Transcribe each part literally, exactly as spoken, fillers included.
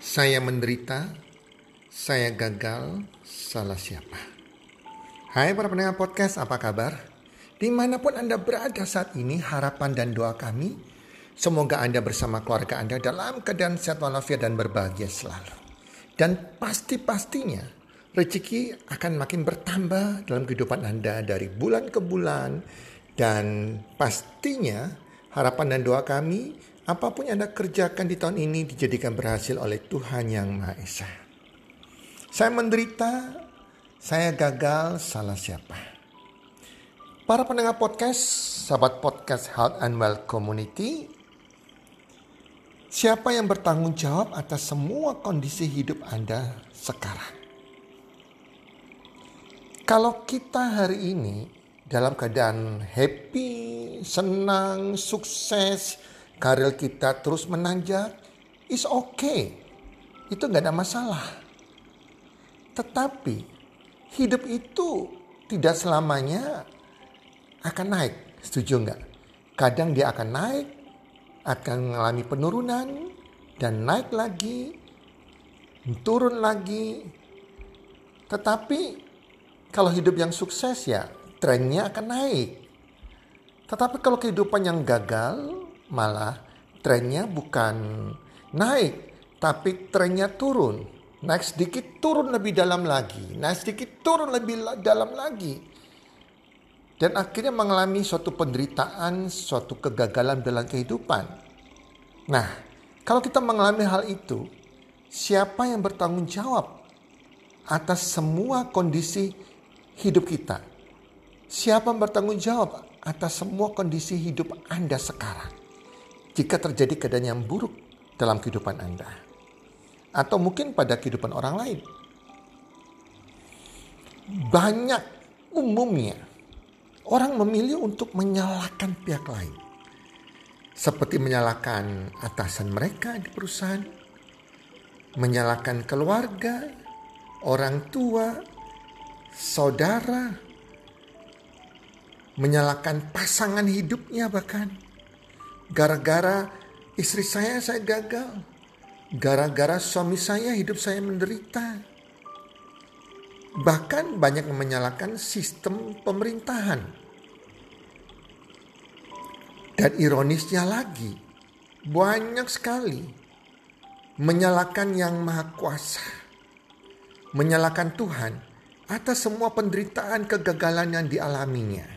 Saya menderita, saya gagal, salah siapa? Hai para pendengar podcast, apa kabar? Dimanapun Anda berada saat ini, harapan dan doa kami, semoga Anda bersama keluarga Anda dalam keadaan sehat walafiat dan berbahagia selalu. Dan pasti-pastinya rezeki akan makin bertambah dalam kehidupan Anda dari bulan ke bulan. Dan pastinya harapan dan doa kami, apapun yang Anda kerjakan di tahun ini dijadikan berhasil oleh Tuhan Yang Maha Esa. Saya menderita, saya gagal, salah siapa? Para pendengar podcast, sahabat podcast Health and Well Community, siapa yang bertanggung jawab atas semua kondisi hidup Anda sekarang? Kalau kita hari ini dalam keadaan happy, senang, sukses, karir kita terus menanjak, is okay. Itu gak ada masalah. Tetapi hidup itu tidak selamanya akan naik. Setuju gak? Kadang dia akan naik, akan mengalami penurunan, dan naik lagi, turun lagi. Tetapi kalau hidup yang sukses ya trennya akan naik. Tetapi kalau kehidupan yang gagal, malah trennya bukan naik, tapi trennya turun. Naik sedikit, turun lebih dalam lagi. Naik sedikit, turun lebih dalam lagi. Dan akhirnya mengalami suatu penderitaan, suatu kegagalan dalam kehidupan. Nah, kalau kita mengalami hal itu, siapa yang bertanggung jawab atas semua kondisi hidup kita? Siapa yang bertanggung jawab atas semua kondisi hidup Anda sekarang? Jika terjadi keadaan yang buruk dalam kehidupan Anda. Atau mungkin pada kehidupan orang lain. Banyak umumnya orang memilih untuk menyalahkan pihak lain. Seperti menyalahkan atasan mereka di perusahaan. Menyalahkan keluarga, orang tua, saudara. Menyalahkan pasangan hidupnya bahkan. Gara-gara istri saya, saya gagal. Gara-gara suami saya, hidup saya menderita. Bahkan banyak yang menyalahkan sistem pemerintahan. Dan ironisnya lagi, banyak sekali menyalahkan yang maha kuasa. Menyalahkan Tuhan atas semua penderitaan kegagalan yang dialaminya.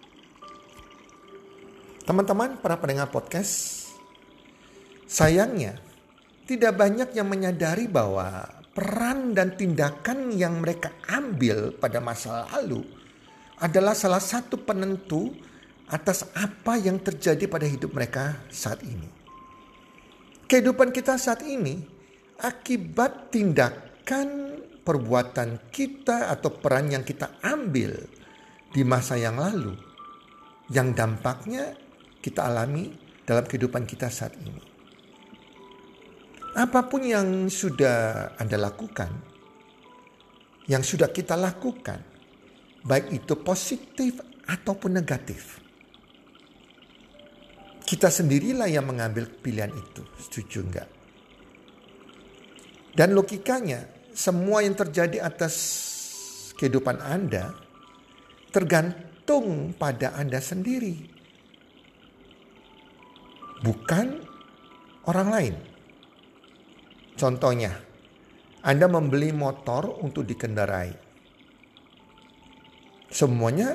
Teman-teman, para pendengar podcast, sayangnya tidak banyak yang menyadari bahwa peran dan tindakan yang mereka ambil pada masa lalu adalah salah satu penentu atas apa yang terjadi pada hidup mereka saat ini. Kehidupan kita saat ini akibat tindakan perbuatan kita atau peran yang kita ambil di masa yang lalu, yang dampaknya kita alami dalam kehidupan kita saat ini. Apapun yang sudah Anda lakukan, yang sudah kita lakukan, baik itu positif ataupun negatif, kita sendirilah yang mengambil pilihan itu. Setuju enggak? Dan logikanya, semua yang terjadi atas kehidupan Anda tergantung pada Anda sendiri, bukan orang lain. Contohnya, Anda membeli motor untuk dikendarai. Semuanya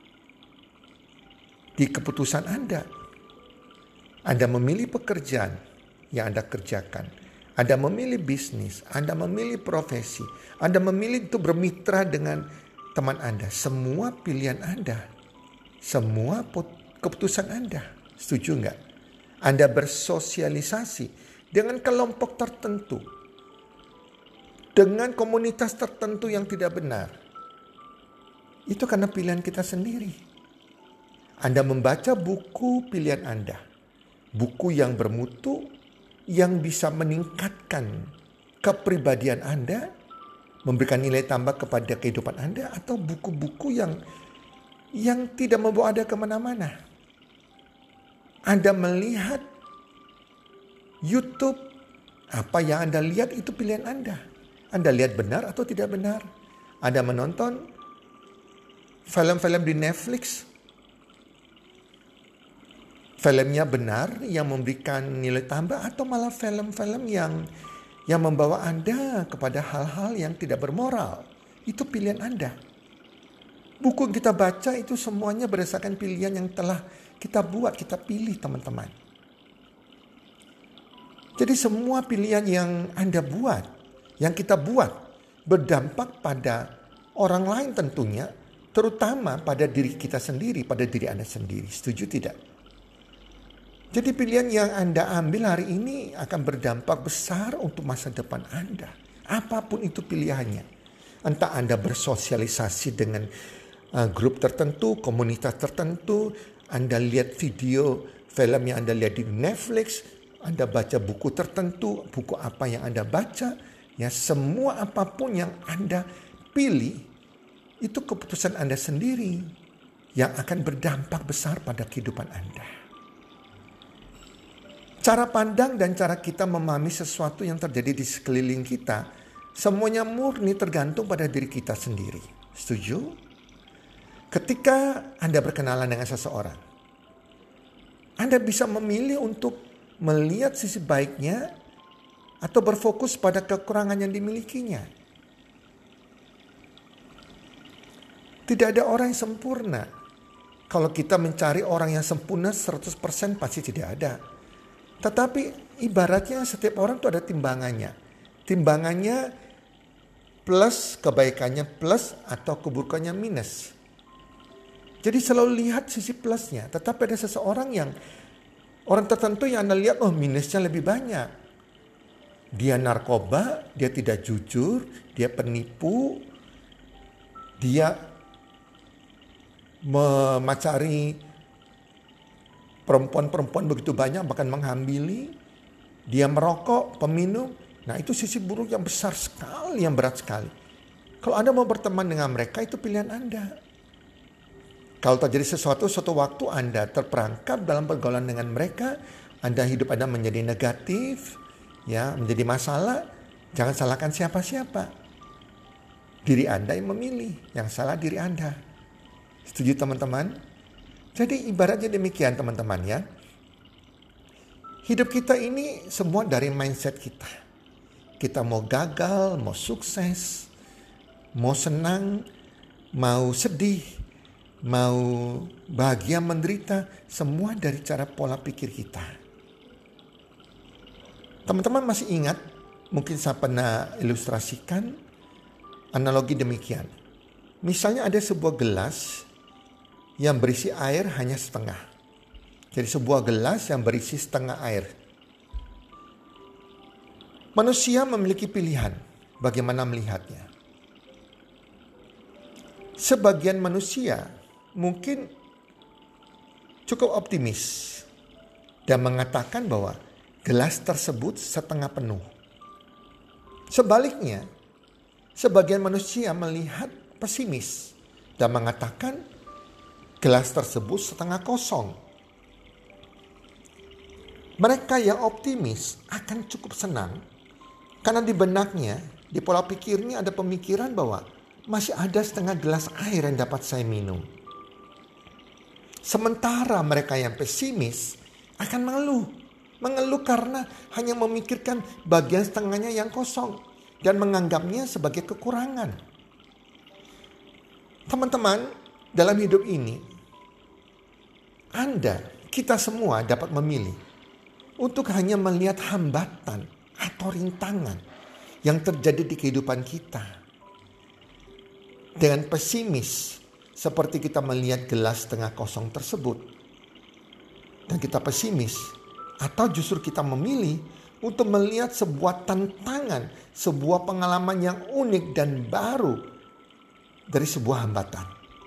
di keputusan Anda. Anda memilih pekerjaan yang Anda kerjakan. Anda memilih bisnis. Anda memilih profesi. Anda memilih untuk bermitra dengan teman Anda. Semua pilihan Anda. Semua keputusan Anda. Setuju enggak? Anda bersosialisasi dengan kelompok tertentu, dengan komunitas tertentu yang tidak benar. Itu karena pilihan kita sendiri. Anda membaca buku pilihan Anda, buku yang bermutu, yang bisa meningkatkan kepribadian Anda, memberikan nilai tambah kepada kehidupan Anda, atau buku-buku yang yang tidak membawa Anda kemana-mana. Anda melihat YouTube Apa yang Anda lihat itu pilihan Anda. Anda lihat benar atau tidak benar. Anda menonton film-film di Netflix, filmnya benar yang memberikan nilai tambah, atau malah film-film yang yang membawa Anda kepada hal-hal yang tidak bermoral. Itu pilihan Anda. Buku yang kita baca itu semuanya berdasarkan pilihan yang telah kita buat, kita pilih teman-teman. Jadi semua pilihan yang Anda buat, yang kita buat, berdampak pada orang lain tentunya, terutama pada diri kita sendiri, pada diri Anda sendiri. Setuju tidak? Jadi pilihan yang Anda ambil hari ini akan berdampak besar untuk masa depan Anda. Apapun itu pilihannya. Entah Anda bersosialisasi dengan uh, grup tertentu, komunitas tertentu, Anda lihat video, film yang Anda lihat di Netflix, Anda baca buku tertentu, buku apa yang Anda baca, ya semua apapun yang Anda pilih, itu keputusan Anda sendiri yang akan berdampak besar pada kehidupan Anda. Cara pandang dan cara kita memahami sesuatu yang terjadi di sekeliling kita, semuanya murni tergantung pada diri kita sendiri. Setuju? Ketika Anda berkenalan dengan seseorang, Anda bisa memilih untuk melihat sisi baiknya atau berfokus pada kekurangan yang dimilikinya. Tidak ada orang yang sempurna. Kalau kita mencari orang yang sempurna seratus persen pasti tidak ada. Tetapi ibaratnya setiap orang itu ada timbangannya. Timbangannya plus kebaikannya plus atau keburukannya minus. Jadi selalu lihat sisi plusnya. Tetapi ada seseorang yang, orang tertentu yang Anda lihat, oh minusnya lebih banyak. Dia narkoba, dia tidak jujur, dia penipu, dia memacari perempuan-perempuan begitu banyak, bahkan menghambili. Dia merokok, peminum. Nah itu sisi buruk yang besar sekali, yang berat sekali. Kalau Anda mau berteman dengan mereka, itu pilihan Anda. Kalau terjadi sesuatu, suatu waktu Anda terperangkap dalam pergaulan dengan mereka, Anda hidup Anda menjadi negatif, ya menjadi masalah, jangan salahkan siapa-siapa. Diri Anda yang memilih, yang salah diri Anda. Setuju teman-teman? Jadi ibaratnya demikian teman-teman ya. Hidup kita ini semua dari mindset kita. Kita mau gagal, mau sukses, mau senang, mau sedih, mau bahagia menderita, semua dari cara pola pikir kita. Teman-teman masih ingat, mungkin saya pernah ilustrasikan analogi demikian. Misalnya ada sebuah gelas yang berisi air hanya setengah. Jadi sebuah gelas yang berisi setengah air. Manusia memiliki pilihan bagaimana melihatnya. Sebagian manusia mungkin cukup optimis dan mengatakan bahwa gelas tersebut setengah penuh. Sebaliknya, sebagian manusia melihat pesimis dan mengatakan gelas tersebut setengah kosong. Mereka yang optimis akan cukup senang karena di benaknya, di pola pikirnya ada pemikiran bahwa masih ada setengah gelas air yang dapat saya minum. Sementara mereka yang pesimis akan mengeluh. Mengeluh karena hanya memikirkan bagian setengahnya yang kosong dan menganggapnya sebagai kekurangan. Teman-teman, dalam hidup ini, Anda, kita semua dapat memilih untuk hanya melihat hambatan atau rintangan yang terjadi di kehidupan kita. Dengan pesimis, seperti kita melihat gelas setengah kosong tersebut. Dan kita pesimis, atau justru kita memilih untuk melihat sebuah tantangan, sebuah pengalaman yang unik dan baru dari sebuah hambatan.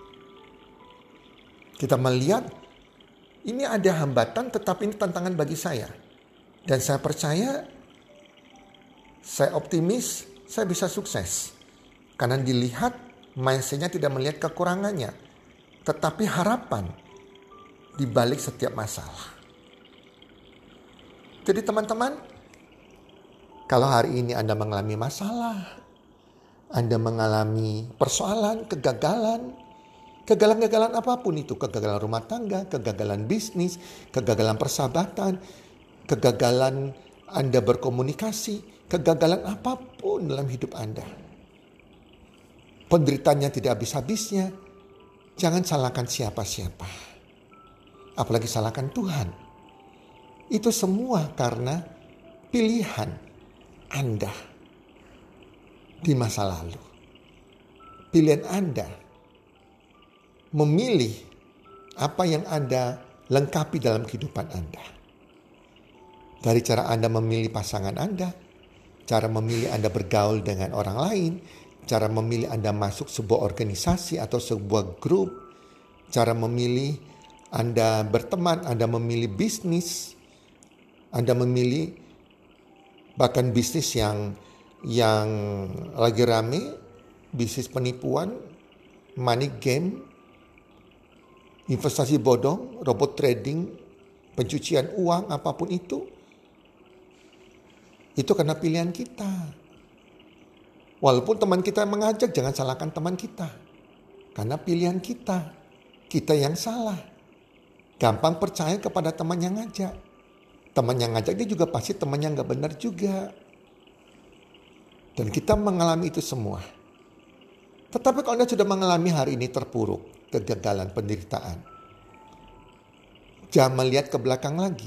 Kita melihat, ini ada hambatan tetapi ini tantangan bagi saya. Dan saya percaya, saya optimis, saya bisa sukses. Karena dilihat, mindset-nya tidak melihat kekurangannya. Tetapi harapan di balik setiap masalah. Jadi teman-teman, Kalau hari ini Anda mengalami masalah, Anda mengalami persoalan, kegagalan, kegagalan-kegagalan apapun itu, kegagalan rumah tangga, kegagalan bisnis, kegagalan persahabatan, kegagalan Anda berkomunikasi, kegagalan apapun dalam hidup Anda. Penderitaannya tidak habis-habisnya, jangan salahkan siapa-siapa. Apalagi salahkan Tuhan. Itu semua karena pilihan Anda di masa lalu. Pilihan Anda memilih apa yang Anda lengkapi dalam kehidupan Anda. Dari cara Anda memilih pasangan Anda, cara memilih Anda bergaul dengan orang lain, cara memilih Anda masuk sebuah organisasi atau sebuah grup, cara memilih Anda berteman, Anda memilih bisnis, Anda memilih bahkan bisnis yang yang lagi rame, bisnis penipuan, money game, investasi bodong, robot trading, pencucian uang, apapun itu. Itu karena pilihan kita. Walaupun teman kita mengajak, jangan salahkan teman kita. Karena pilihan kita. Kita yang salah. Gampang percaya kepada teman yang ngajak. Teman yang ngajak dia juga pasti teman yang gak benar juga. Dan kita mengalami itu semua. Tetapi kalau Anda sudah mengalami hari ini terpuruk, kegagalan, penderitaan, jangan melihat ke belakang lagi.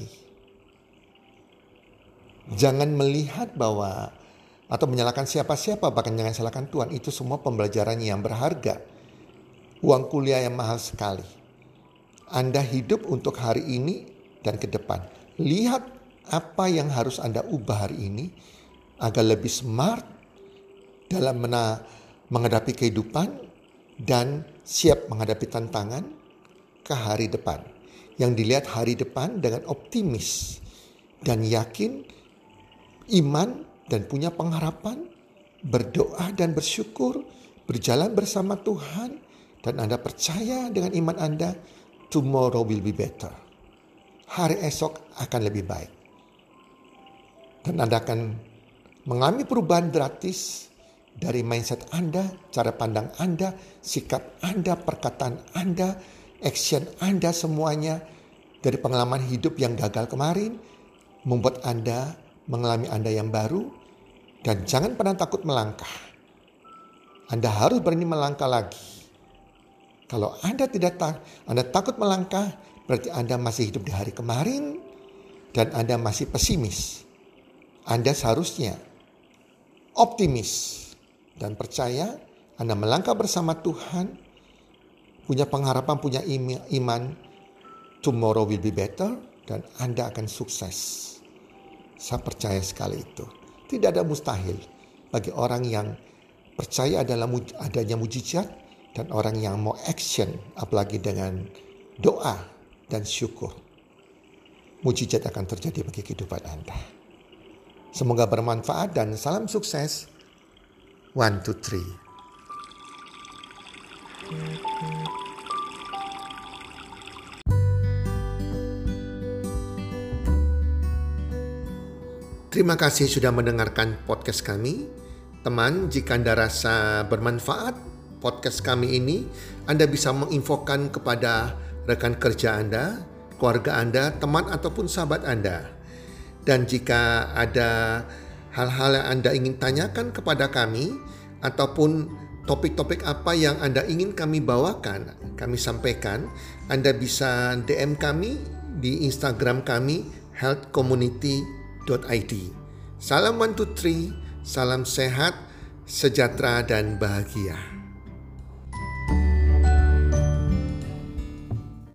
Jangan melihat bahwa atau menyalahkan siapa-siapa, bahkan jangan salahkan Tuhan. Itu semua pembelajaran yang berharga. Uang kuliah yang mahal sekali. Anda hidup untuk hari ini dan ke depan. Lihat apa yang harus Anda ubah hari ini agar lebih smart dalam mena- menghadapi kehidupan dan siap menghadapi tantangan ke hari depan. Yang dilihat hari depan dengan optimis dan yakin, iman dan punya pengharapan, berdoa dan bersyukur, berjalan bersama Tuhan, dan Anda percaya dengan iman Anda, tomorrow will be better. Hari esok akan lebih baik. Dan Anda akan mengalami perubahan gratis dari mindset Anda, cara pandang Anda, sikap Anda, perkataan Anda, action Anda, semuanya dari pengalaman hidup yang gagal kemarin membuat Anda mengalami Anda yang baru. Dan jangan pernah takut melangkah. Anda harus berani melangkah lagi. Kalau Anda tidak tak, Anda takut melangkah, berarti Anda masih hidup di hari kemarin dan Anda masih pesimis. Anda seharusnya optimis dan percaya Anda melangkah bersama Tuhan, punya pengharapan, punya iman, tomorrow will be better, dan Anda akan sukses. Saya percaya sekali itu. Tidak ada mustahil bagi orang yang percaya adalah adanya mujizat dan orang yang mau action, apalagi dengan doa dan syukur. Mujizat akan terjadi bagi kehidupan Anda. Semoga bermanfaat dan salam sukses. One, two, three. Terima kasih sudah mendengarkan podcast kami. Teman, jika Anda rasa bermanfaat podcast kami ini, Anda bisa menginfokan kepada rekan kerja Anda, keluarga Anda, teman ataupun sahabat Anda. Dan jika ada hal-hal yang Anda ingin tanyakan kepada kami, ataupun topik-topik apa yang Anda ingin kami bawakan, kami sampaikan, Anda bisa D M kami di Instagram kami health community dot i d. Salam one two three, salam sehat, sejahtera dan bahagia.